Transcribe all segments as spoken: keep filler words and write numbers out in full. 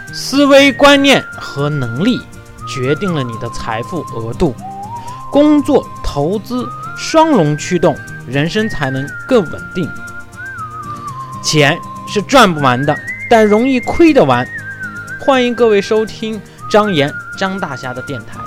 思维观念和能力决定了你的财富额度，工作、投资双龙驱动，人生才能更稳定。钱是赚不完的，但容易亏得完。欢迎各位收听张岩张大侠的电台。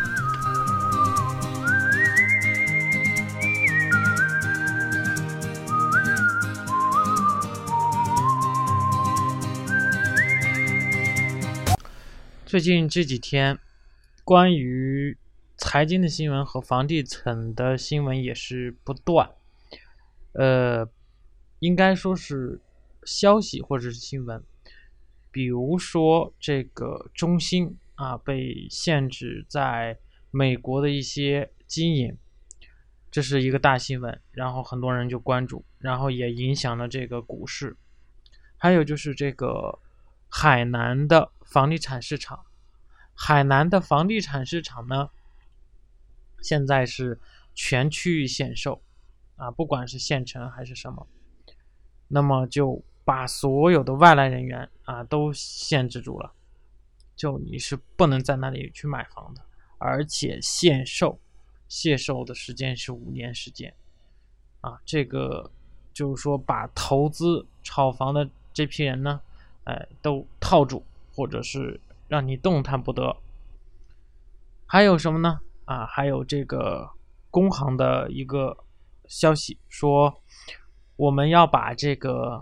最近这几天，关于财经的新闻和房地产的新闻也是不断，呃，应该说是消息或者是新闻，比如说这个中兴啊被限制在美国的一些经营，这是一个大新闻，然后很多人就关注，然后也影响了这个股市。还有就是这个海南的房地产市场。海南的房地产市场呢，现在是全区域限售啊，不管是县城还是什么，那么就把所有的外来人员啊都限制住了，就你是不能在那里去买房的，而且限售，限售的时间是五年时间啊，这个就是说把投资炒房的这批人呢，哎，都套住，或者是让你动弹不得。还有什么呢？啊，还有这个工行的一个消息说，我们要把这个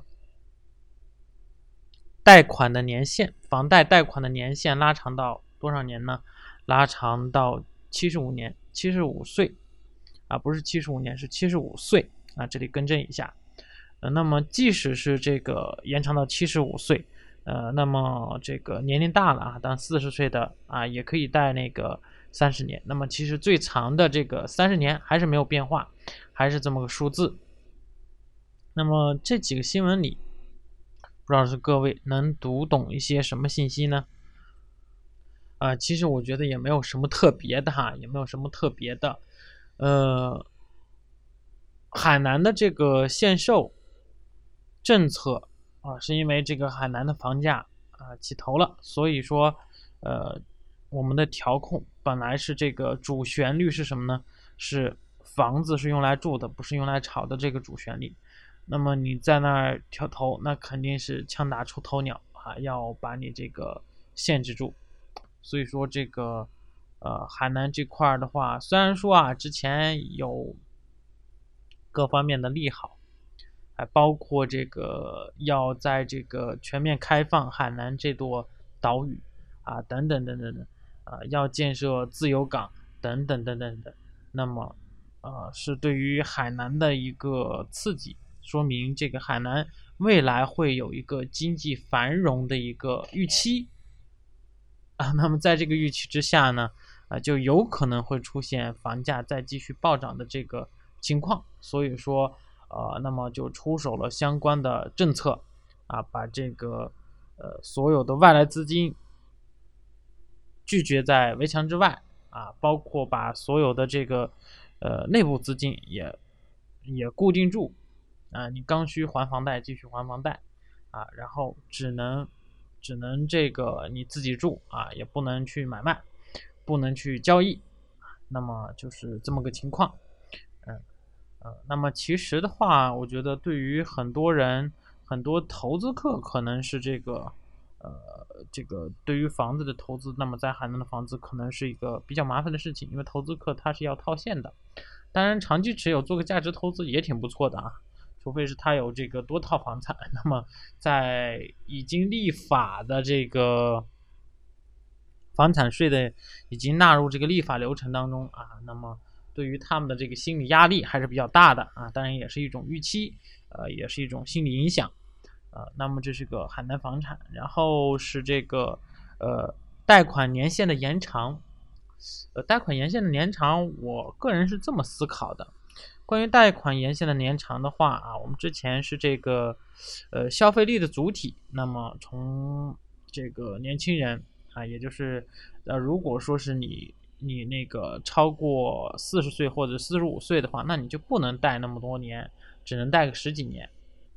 贷款的年限，房贷贷款的年限拉长到多少年呢？拉长到七十五年，七十五岁啊，不是七十五年，是七十五岁啊，这里更正一下。呃，那么即使是这个延长到七十五岁。呃，那么这个年龄大了啊，当四十岁的啊也可以贷那个三十年。那么其实最长的这个三十年还是没有变化，还是这么个数字。那么这几个新闻里，不知道是各位能读懂一些什么信息呢？啊、呃，其实我觉得也没有什么特别的哈，也没有什么特别的。呃，海南的这个限售政策。啊，是因为这个海南的房价啊起头了，所以说，呃，我们的调控本来是这个主旋律是什么呢？是房子是用来住的，不是用来炒的这个主旋律。那么你在那儿调头，那肯定是枪打出头鸟啊，要把你这个限制住。所以说这个呃海南这块的话，虽然说啊之前有各方面的利好。还包括这个要在这个全面开放海南这座岛屿啊，等等等等等啊，要建设自由港等等等等等。那么，呃，是对于海南的一个刺激，说明这个海南未来会有一个经济繁荣的一个预期啊。那么在这个预期之下呢，啊，就有可能会出现房价再继续暴涨的这个情况。所以说。呃，那么就出手了相关的政策啊，把这个呃所有的外来资金拒绝在围墙之外啊，包括把所有的这个呃内部资金也也固定住啊，你刚需还房贷继续还房贷啊，然后只能只能这个你自己住啊，也不能去买卖，不能去交易，那么就是这么个情况，嗯。呃，那么其实的话，我觉得对于很多人、很多投资客，可能是这个，呃，这个对于房子的投资，那么在海南的房子可能是一个比较麻烦的事情，因为投资客他是要套现的。当然，长期持有做个价值投资也挺不错的啊，除非是他有这个多套房产。那么在已经立法的这个房产税的已经纳入这个立法流程当中啊，那么。对于他们的这个心理压力还是比较大的啊，当然也是一种预期，呃，也是一种心理影响，呃，那么这是个海南房产，然后是这个呃贷款年限的延长，呃，贷款年限的延长，我个人是这么思考的，关于贷款年限的延长的话啊，我们之前是这个呃消费力的主体，那么从这个年轻人啊，也就是呃如果说是你。你那个超过四十岁或者四十五岁的话，那你就不能贷那么多年，只能贷个十几年。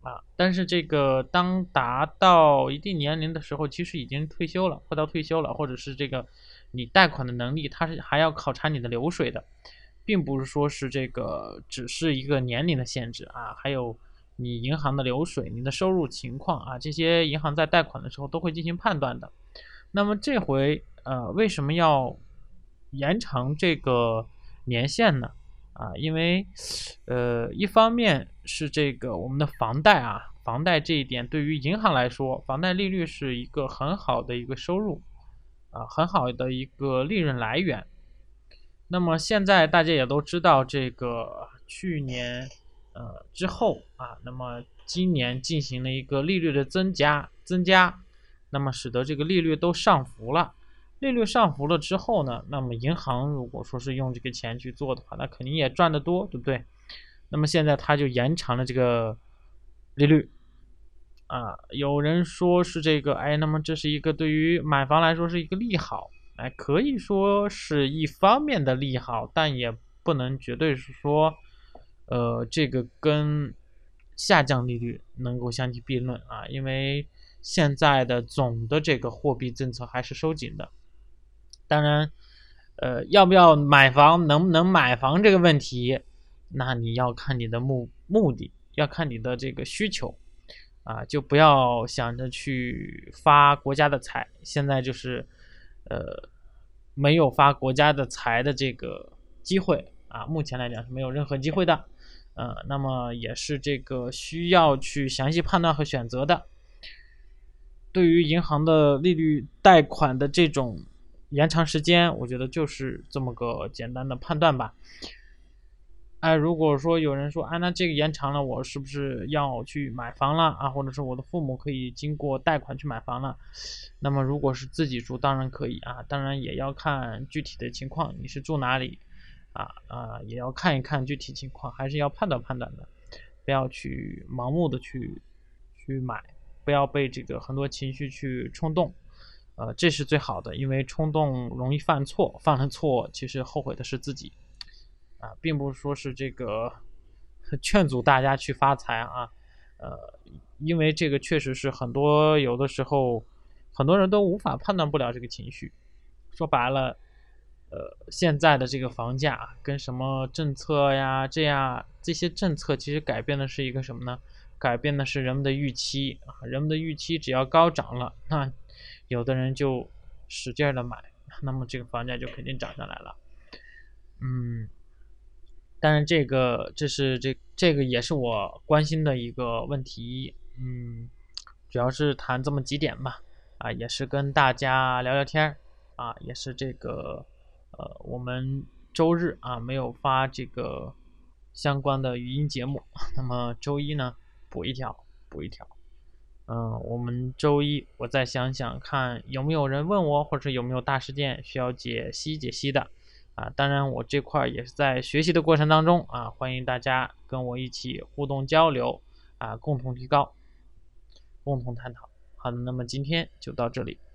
啊。但是这个当达到一定年龄的时候，其实已经退休了，快到退休了，或者是这个你贷款的能力，它是还要考察你的流水的，并不是说是这个只是一个年龄的限制啊，还有你银行的流水、你的收入情况啊，这些银行在贷款的时候都会进行判断的。那么这回呃为什么要延长这个年限呢？啊，因为呃一方面是这个我们的房贷啊，房贷这一点对于银行来说，房贷利率是一个很好的一个收入啊，很好的一个利润来源。那么现在大家也都知道，这个去年呃之后啊，那么今年进行了一个利率的增加增加，那么使得这个利率都上浮了。利率上浮了之后呢，那么银行如果说是用这个钱去做的话，那肯定也赚得多，对不对？那么现在它就延长了这个利率啊，有人说是这个，哎，那么这是一个对于买房来说是一个利好，哎，可以说是一方面的利好，但也不能绝对是说，呃，这个跟下降利率能够相提并论啊，因为现在的总的这个货币政策还是收紧的。当然，呃，要不要买房，能不能买房这个问题，那你要看你的目目的，要看你的这个需求啊，就不要想着去发国家的财。现在就是，呃，没有发国家的财的这个机会啊，目前来讲是没有任何机会的，呃，那么也是这个需要去详细判断和选择的。对于银行的利率贷款的这种延长时间，我觉得就是这么个简单的判断吧。哎，如果说有人说，哎，那这个延长了，我是不是要去买房了啊？或者是我的父母可以经过贷款去买房了？那么如果是自己住，当然可以啊，当然也要看具体的情况，你是住哪里啊啊，也要看一看具体情况，还是要判断判断的，不要去盲目的去去买，不要被这个很多情绪去冲动。呃，这是最好的，因为冲动容易犯错，犯了错其实后悔的是自己啊，并不是说是这个劝阻大家去发财啊，呃，因为这个确实是很多有的时候很多人都无法判断不了这个情绪。说白了，呃，现在的这个房价跟什么政策呀，这样这些政策其实改变的是一个什么呢？改变的是人们的预期啊，人们的预期只要高涨了，那有的人就使劲的买，那么这个房价就肯定涨上来了。嗯，当然这个这是这这个也是我关心的一个问题。嗯，主要是谈这么几点吧，啊，也是跟大家聊聊天啊，也是这个呃我们周日啊没有发这个相关的语音节目，那么周一呢补一条补一条。嗯，我们周一我再想想看有没有人问我，或者有没有大事件需要解析解析的啊。当然我这块也是在学习的过程当中啊，欢迎大家跟我一起互动交流啊，共同提高，共同探讨。好的，那么今天就到这里。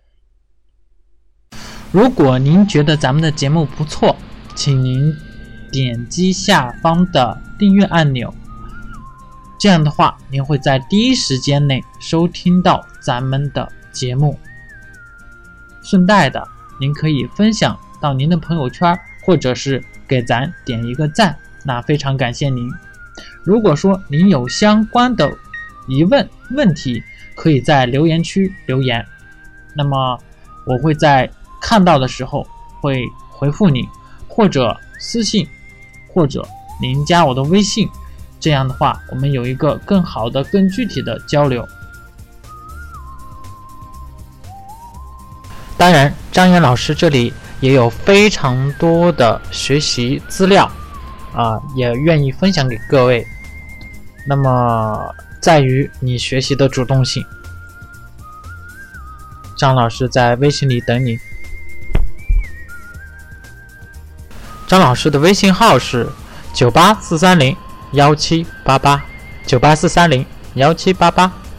如果您觉得咱们的节目不错，请您点击下方的订阅按钮，这样的话您会在第一时间内收听到咱们的节目。顺带的您可以分享到您的朋友圈，或者是给咱点一个赞，那非常感谢您。如果说您有相关的疑问问题，可以在留言区留言，那么我会在看到的时候会回复您，或者私信，或者您加我的微信，这样的话我们有一个更好的更具体的交流。当然张岩老师这里也有非常多的学习资料啊，也愿意分享给各位，那么在于你学习的主动性。张老师在微信里等你。张老师的微信号是九八四三零一七八八，九八四三零一七八八。